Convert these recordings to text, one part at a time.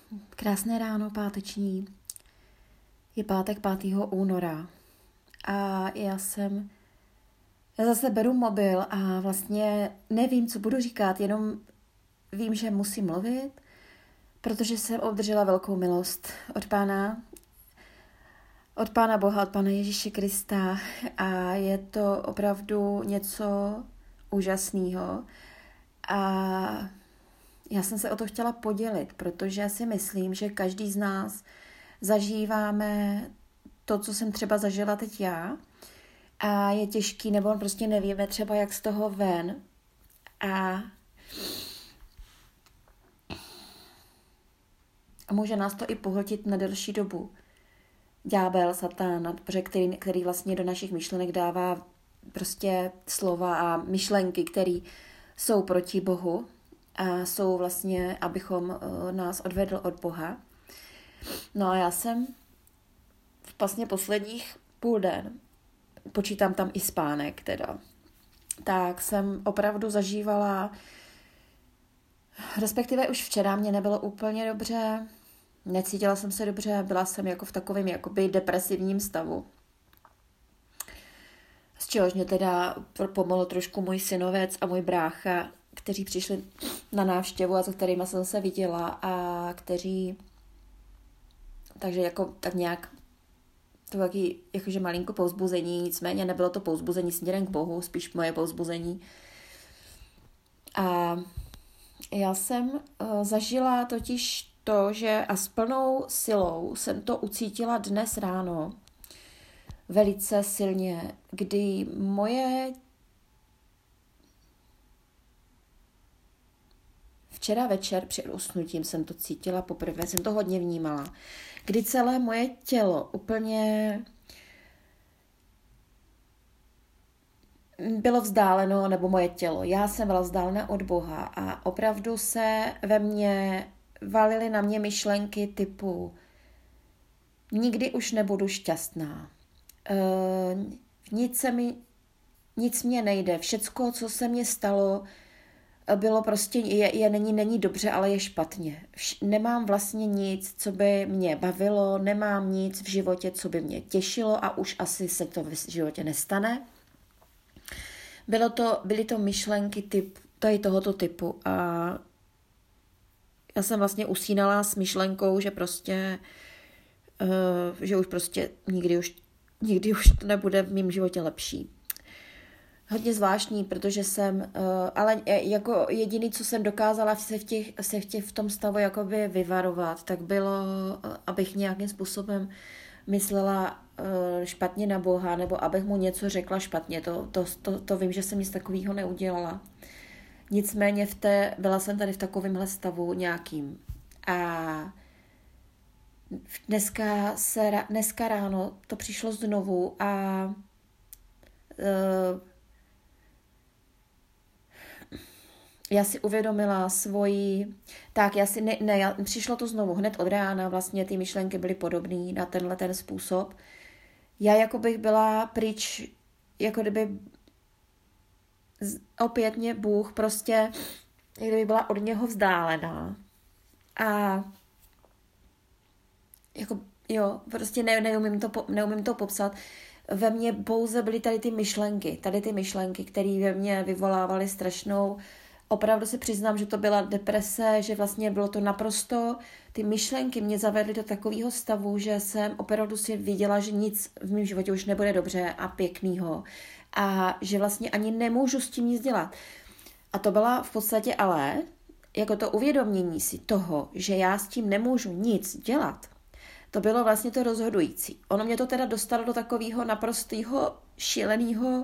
Krásné ráno páteční. Je pátek 5. února a já zase beru mobil a vlastně nevím, co budu říkat, jenom vím, že musím mluvit, protože jsem obdržela velkou milost od Pána Boha, od Pána Ježíše Krista a je to opravdu něco úžasného. A já jsem se o to chtěla podělit, protože si myslím, že každý z nás zažíváme to, co jsem třeba zažila teď já a je těžký, nebo prostě nevíme třeba, jak z toho ven a může nás to i pohltit na delší dobu. Ďábel, satán, který vlastně do našich myšlenek dává prostě slova a myšlenky, které jsou proti Bohu a jsou vlastně, abychom nás odvedl od Boha. No a já jsem vlastně posledních půl den, počítám tam i spánek teda, tak jsem opravdu zažívala, respektive už včera mě nebylo úplně dobře, necítila jsem se dobře, byla jsem jako v takovém jakoby depresivním stavu. Z čehož mě teda pomohl trošku můj synovec a můj brácha, kteří přišli na návštěvu a se kterými jsem se viděla a kteří takže jako tak nějak to taky jakože malinko povzbuzení, nicméně nebylo to povzbuzení směrem k Bohu, spíš moje povzbuzení. A já jsem zažila totiž to, že a s plnou silou jsem to ucítila dnes ráno velice silně, kdy včera večer před usnutím jsem to cítila poprvé, jsem to hodně vnímala, kdy celé moje tělo úplně bylo vzdáleno, nebo moje tělo, já jsem byla vzdálena od Boha a opravdu se ve mně valily na mě myšlenky typu nikdy už nebudu šťastná, nic mě nejde, všecko, co se mně stalo, bylo prostě, není dobře, ale je špatně. Nemám vlastně nic, co by mě bavilo, nemám nic v životě, co by mě těšilo a už asi se to v životě nestane. Byly to myšlenky tohoto typu a já jsem vlastně usínala s myšlenkou, že prostě, že už prostě nikdy už to nebude v mém životě lepší. Hodně zvláštní, protože ale jako jediný, co jsem dokázala v tom stavu jakoby vyvarovat, tak bylo, abych nějakým způsobem myslela špatně na Boha, nebo abych mu něco řekla špatně. To vím, že jsem nic takového neudělala. Nicméně byla jsem tady v takovémhle stavu nějakým. A dneska ráno to přišlo znovu a já si uvědomila přišlo to znovu hned od rána, vlastně ty myšlenky byly podobné na ten způsob. Já jako bych byla pryč, jako kdyby opět mě Bůh prostě, jak kdyby byla od něho vzdálená. A jako, prostě neumím to popsat. Ve mně pouze byly tady ty myšlenky, které ve mně vyvolávaly strašnou. Opravdu si přiznám, že to byla deprese, že vlastně bylo to naprosto, ty myšlenky mě zavedly do takového stavu, že jsem opravdu si viděla, že nic v mém životě už nebude dobře a pěknýho a že vlastně ani nemůžu s tím nic dělat. A to byla v podstatě ale, jako to uvědomění si toho, že já s tím nemůžu nic dělat, to bylo vlastně to rozhodující. Ono mě to teda dostalo do takového naprostého šíleného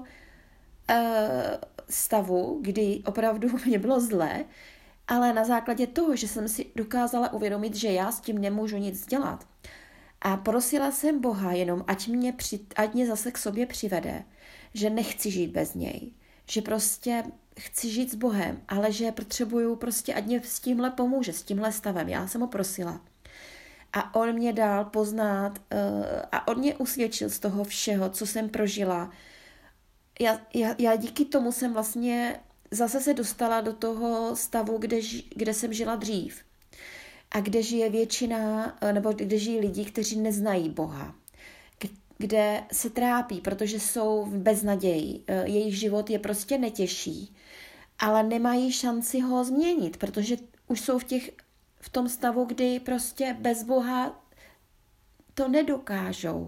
stavu, kdy opravdu mě bylo zlé, ale na základě toho, že jsem si dokázala uvědomit, že já s tím nemůžu nic dělat. A prosila jsem Boha jenom, ať mě zase k sobě přivede, že nechci žít bez něj, že prostě chci žít s Bohem, ale že potřebuju prostě, ať mě s tímhle pomůže, s tímhle stavem. Já jsem ho prosila. A on mě dal poznat a on mě usvědčil z toho všeho, co jsem prožila. Já díky tomu jsem vlastně zase se dostala do toho stavu, kde jsem žila dřív. a kde žije většina, nebo kde žijí lidi, kteří neznají Boha, kde se trápí, protože jsou v beznaději. Jejich život je prostě netěžší, ale nemají šanci ho změnit, protože už jsou v tom stavu, kdy prostě bez Boha to nedokážou.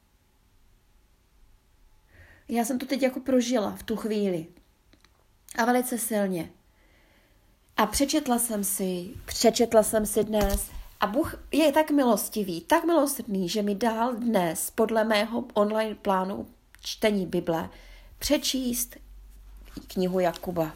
Já jsem to teď jako prožila v tu chvíli. A velice silně. A přečetla jsem si dnes. A Bůh je tak milostivý, tak milosrdný, že mi dal dnes podle mého online plánu čtení Bible přečíst knihu Jakuba.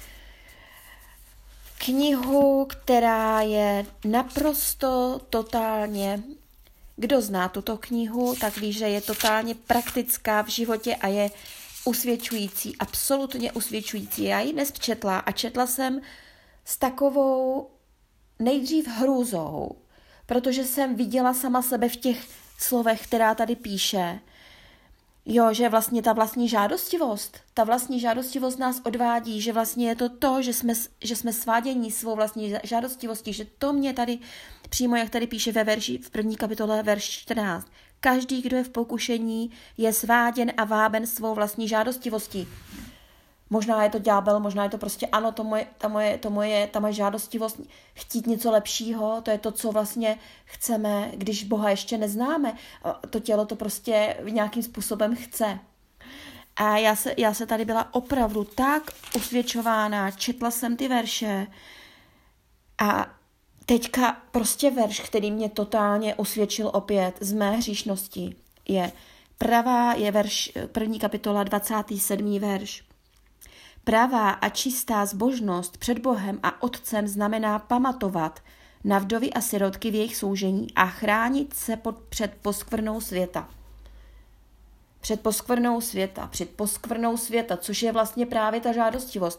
Knihu, která je naprosto totálně, kdo zná tuto knihu, tak ví, že je totálně praktická v životě a je usvědčující, absolutně usvědčující. Já ji dnes četla a četla jsem s takovou nejdřív hrůzou, protože jsem viděla sama sebe v těch slovech, která tady píše. Jo, že vlastně ta vlastní žádostivost nás odvádí, že vlastně je to, že jsme svádění svou vlastní žádostivostí, že to mě tady přímo, jak tady píše v 1. kapitole, verš 14. Každý, kdo je v pokušení, je sváděn a váben svou vlastní žádostivostí. Možná je to ďábel, možná je to prostě ano, ta moje žádostivost, chtít něco lepšího, to je to, co vlastně chceme, když Boha ještě neznáme. To tělo to prostě nějakým způsobem chce. A já se tady byla opravdu tak usvědčována, četla jsem ty verše a teďka prostě verš, který mě totálně usvědčil opět z mé hříšnosti, je verš 1. kapitola 27. verš. Pravá a čistá zbožnost před Bohem a Otcem znamená pamatovat na vdovy a sirotky v jejich soužení a chránit se před poskvrnou světa. Před poskvrnou světa, což je vlastně právě ta žádostivost.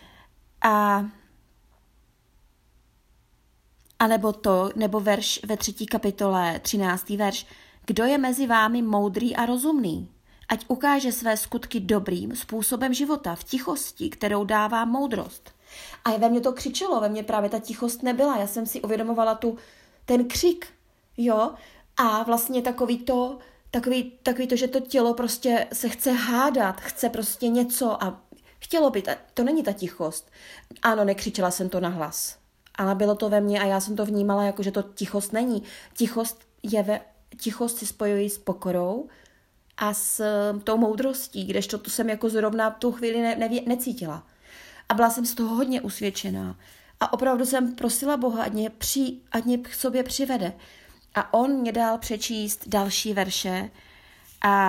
Nebo verš ve 3. kapitole, 13. verš. Kdo je mezi vámi moudrý a rozumný? Ať ukáže své skutky dobrým způsobem života, v tichosti, kterou dává moudrost. A ve mně to křičelo, ve mně právě ta tichost nebyla. Já jsem si uvědomovala ten křik, jo, a vlastně takový to, že to tělo prostě se chce hádat, chce prostě něco a chtělo by, to není ta tichost. Ano, nekřičela jsem to nahlas, ale bylo to ve mně a já jsem to vnímala jako, že to tichost není. Tichost si spojuji s pokorou a s tou moudrostí, kdežto to jsem jako zrovna tu chvíli necítila. A byla jsem z toho hodně usvědčená. A opravdu jsem prosila Boha, ať mě k sobě přivede. A on mě dal přečíst další verše a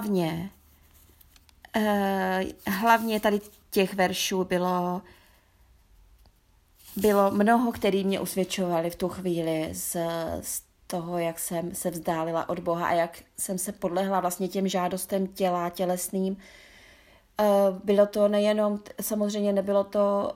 hlavně tady těch veršů bylo mnoho, který mě usvědčovali v tu chvíli z toho, jak jsem se vzdálila od Boha a jak jsem se podlehla vlastně těm žádostem těla, tělesným. Bylo to nejenom, samozřejmě nebylo to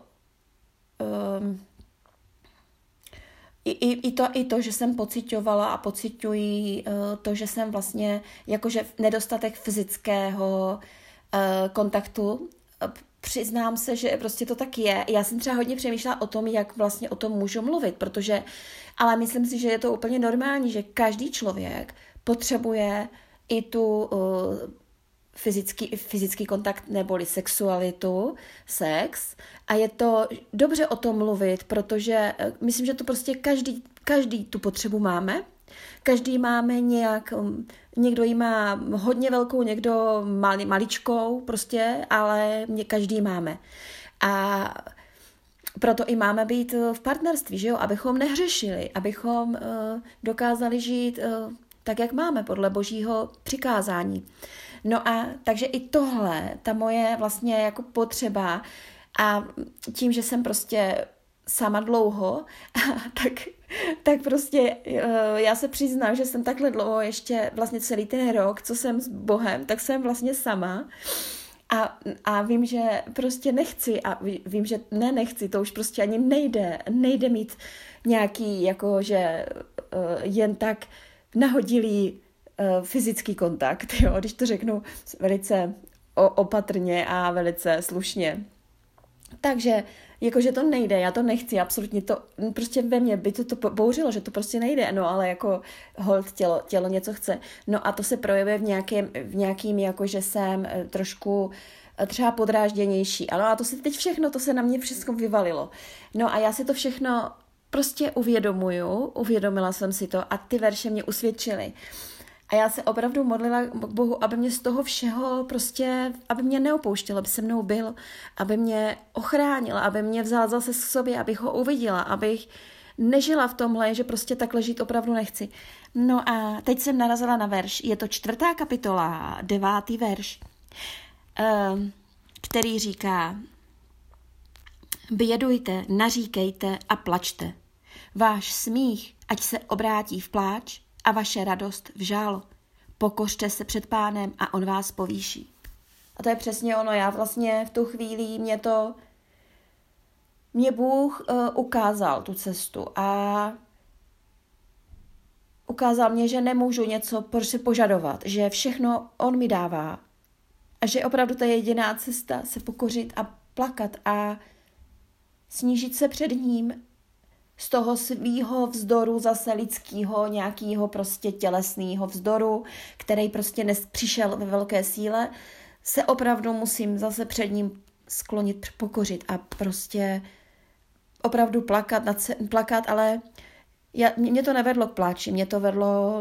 i to, že jsem pociťovala a pociťuji to, že jsem vlastně jakože nedostatek fyzického kontaktu. Přiznám se, že prostě to tak je. Já jsem třeba hodně přemýšlela o tom, jak vlastně o tom můžu mluvit, ale myslím si, že je to úplně normální, že každý člověk potřebuje i tu fyzický kontakt neboli sexualitu, sex a je to dobře o tom mluvit, protože myslím, že to prostě každý tu potřebu máme. Každý máme nějak, někdo ji má hodně velkou, někdo maličkou prostě, ale každý máme. A proto i máme být v partnerství, že jo? Abychom nehřešili, abychom dokázali žít tak, jak máme, podle Božího přikázání. No a takže i tohle, ta moje vlastně jako potřeba a tím, že jsem prostě sama dlouho, tak prostě já se přiznám, že jsem takhle dlouho ještě vlastně celý ten rok, co jsem s Bohem, tak jsem vlastně sama a vím, že prostě nechci a vím, že nechci, to už prostě ani nejde mít nějaký jakože jen tak nahodilý fyzický kontakt, jo, když to řeknu velice opatrně a velice slušně. Takže, jakože to nejde, já to nechci, absolutně to, prostě ve mně by to bouřilo, že to prostě nejde, no ale jako hold tělo něco chce. No a to se projevuje v nějakým jakože jsem trošku třeba podrážděnější. Ano, a to se teď všechno, to se na mě všechno vyvalilo. No a já si to všechno prostě uvědomila jsem si to a ty verše mě usvědčily. A já se opravdu modlila k Bohu, aby mě z toho všeho prostě, aby mě neopouštěl, aby se mnou byl, aby mě ochránil, aby mě vzal zase k sobě, abych ho uviděla, abych nežila v tomhle, že prostě takhle žít opravdu nechci. No a teď jsem narazila na verš, je to 4. kapitola, 9. verš, který říká: bědujte, naříkejte a plačte. Váš smích, ať se obrátí v pláč, a vaše radost v žál. Pokořte se před Pánem a on vás povýší. A to je přesně ono. Já vlastně v tu chvíli mě Bůh ukázal tu cestu a ukázal mě, že nemůžu něco prostě požadovat, že všechno on mi dává a že opravdu to je jediná cesta se pokořit a plakat a snížit se před ním z toho svýho vzdoru zase lidského, nějakého prostě tělesného vzdoru, který prostě přišel ve velké síle, se opravdu musím zase před ním sklonit, pokořit a prostě opravdu plakat, ale mě to nevedlo k pláči, mě to vedlo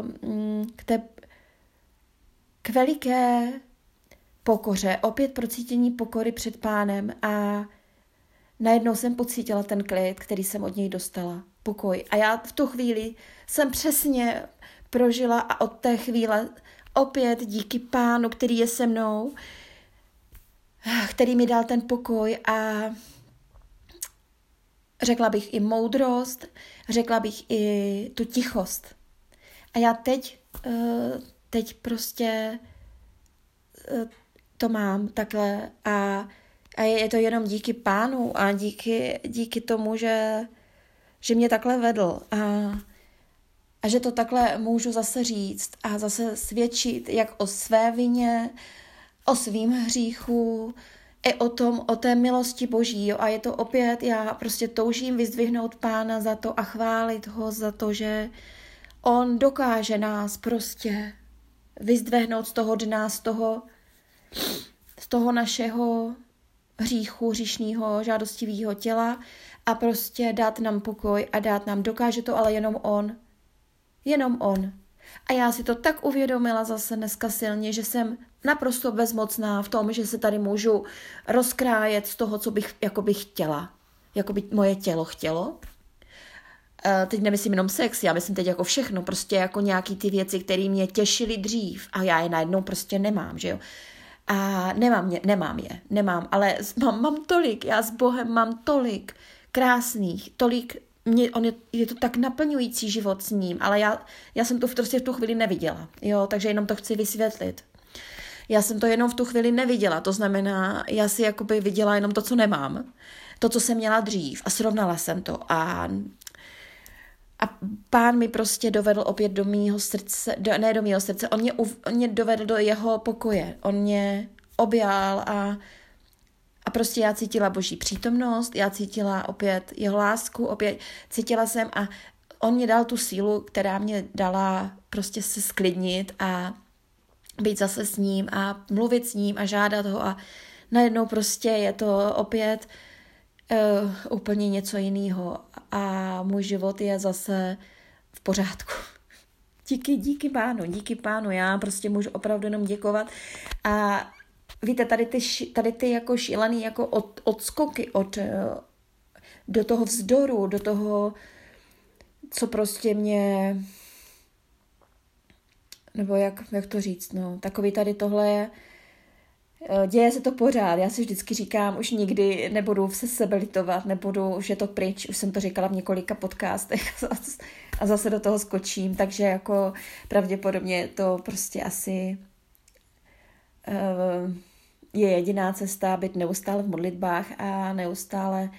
k veliké pokoře, opět procítění pokory před Pánem a najednou jsem pocítila ten klid, který jsem od něj dostala, pokoj. A já v tu chvíli jsem přesně prožila a od té chvíle opět díky Pánu, který je se mnou, který mi dal ten pokoj a řekla bych i moudrost, řekla bych i tu tichost. A já teď prostě to mám takhle a je to jenom díky Pánu a díky tomu, že mě takhle vedl a že to takhle můžu zase říct a zase svědčit jak o své vině, o svým hříchu, i o té milosti Boží. Jo. A je to opět, já prostě toužím vyzdvihnout Pána za to a chválit ho za to, že on dokáže nás prostě vyzdvihnout z toho dna, z toho našeho hříchu, hříšného, žádostivého těla a prostě dát nám pokoj a dát nám, dokáže to ale jenom on. Jenom on. A já si to tak uvědomila zase dneska silně, že jsem naprosto bezmocná v tom, že se tady můžu rozkrájet z toho, co bych chtěla. Jako by moje tělo chtělo. Teď nemyslím jenom sex, já myslím teď jako všechno, prostě jako nějaký ty věci, které mě těšily dřív a já je najednou prostě nemám, že jo. A nemám, ale mám tolik, já s Bohem mám tolik krásných, tolik, je to tak naplňující život s ním, ale já jsem to prostě v tu chvíli neviděla, jo, takže jenom to chci vysvětlit. Já jsem to jenom v tu chvíli neviděla, to znamená, já si jakoby viděla jenom to, co nemám, to, co jsem měla dřív a srovnala jsem to a Pán mi prostě dovedl opět do mýho srdce, ne do mýho srdce, on mě dovedl do jeho pokoje, on mě objal a prostě já cítila Boží přítomnost, já cítila opět jeho lásku, opět cítila jsem a on mě dal tu sílu, která mě dala prostě se sklidnit a být zase s ním a mluvit s ním a žádat ho a najednou prostě je to opět úplně něco jiného a můj život je zase v pořádku. Díky pánu, já prostě můžu opravdu jenom děkovat a víte, tady ty jako šílený jako odskoky do toho vzdoru, do toho, co prostě mě, nebo jak to říct, no, takový tady tohle je, děje se to pořád, já si vždycky říkám, už nikdy nebudu se sebelitovat, už je to pryč, už jsem to říkala v několika podcastech a zase do toho skočím, takže jako pravděpodobně to prostě asi je jediná cesta být neustále v modlitbách a neustále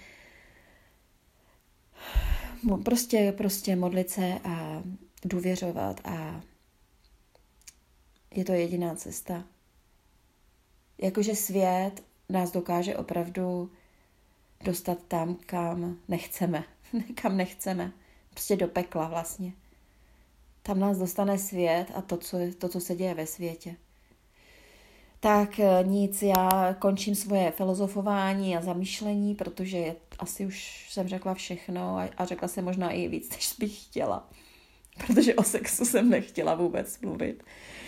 prostě modlit se a důvěřovat a je to jediná cesta. Jakože svět nás dokáže opravdu dostat tam, kam nechceme. Kam nechceme. Prostě do pekla vlastně. Tam nás dostane svět a to, co se děje ve světě. Tak nic, já končím svoje filozofování a zamýšlení, protože asi už jsem řekla všechno a řekla jsem možná i víc, než bych chtěla. Protože o sexu jsem nechtěla vůbec mluvit.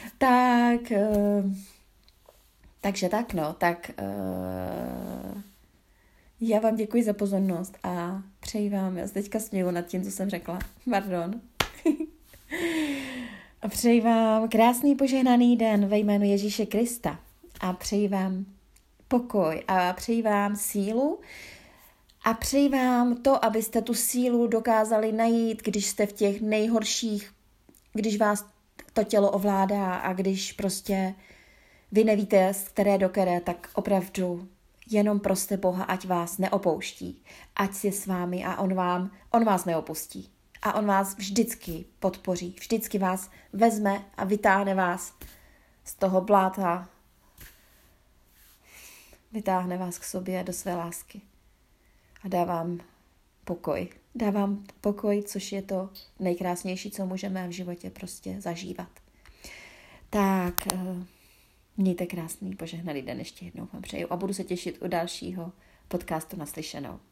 Takže tak no, já vám děkuji za pozornost a přeji vám, já se teďka směju nad tím, co jsem řekla, pardon. A přeji vám krásný požehnaný den ve jménu Ježíše Krista a přeji vám pokoj a přeji vám sílu a přeji vám to, abyste tu sílu dokázali najít, když jste v těch nejhorších, když vás to tělo ovládá a když prostě vy nevíte, z které do které, tak opravdu jenom proste Boha, ať vás neopouští, ať si s vámi a on vás neopustí. A on vás vždycky podpoří, vždycky vás vezme a vytáhne vás z toho bláta, vytáhne vás k sobě do své lásky a dá vám pokoj. Dá vám pokoj, což je to nejkrásnější, co můžeme v životě prostě zažívat. Tak mějte krásný požehnaný den, ještě jednou vám přeju a budu se těšit u dalšího podcastu Naslyšenou.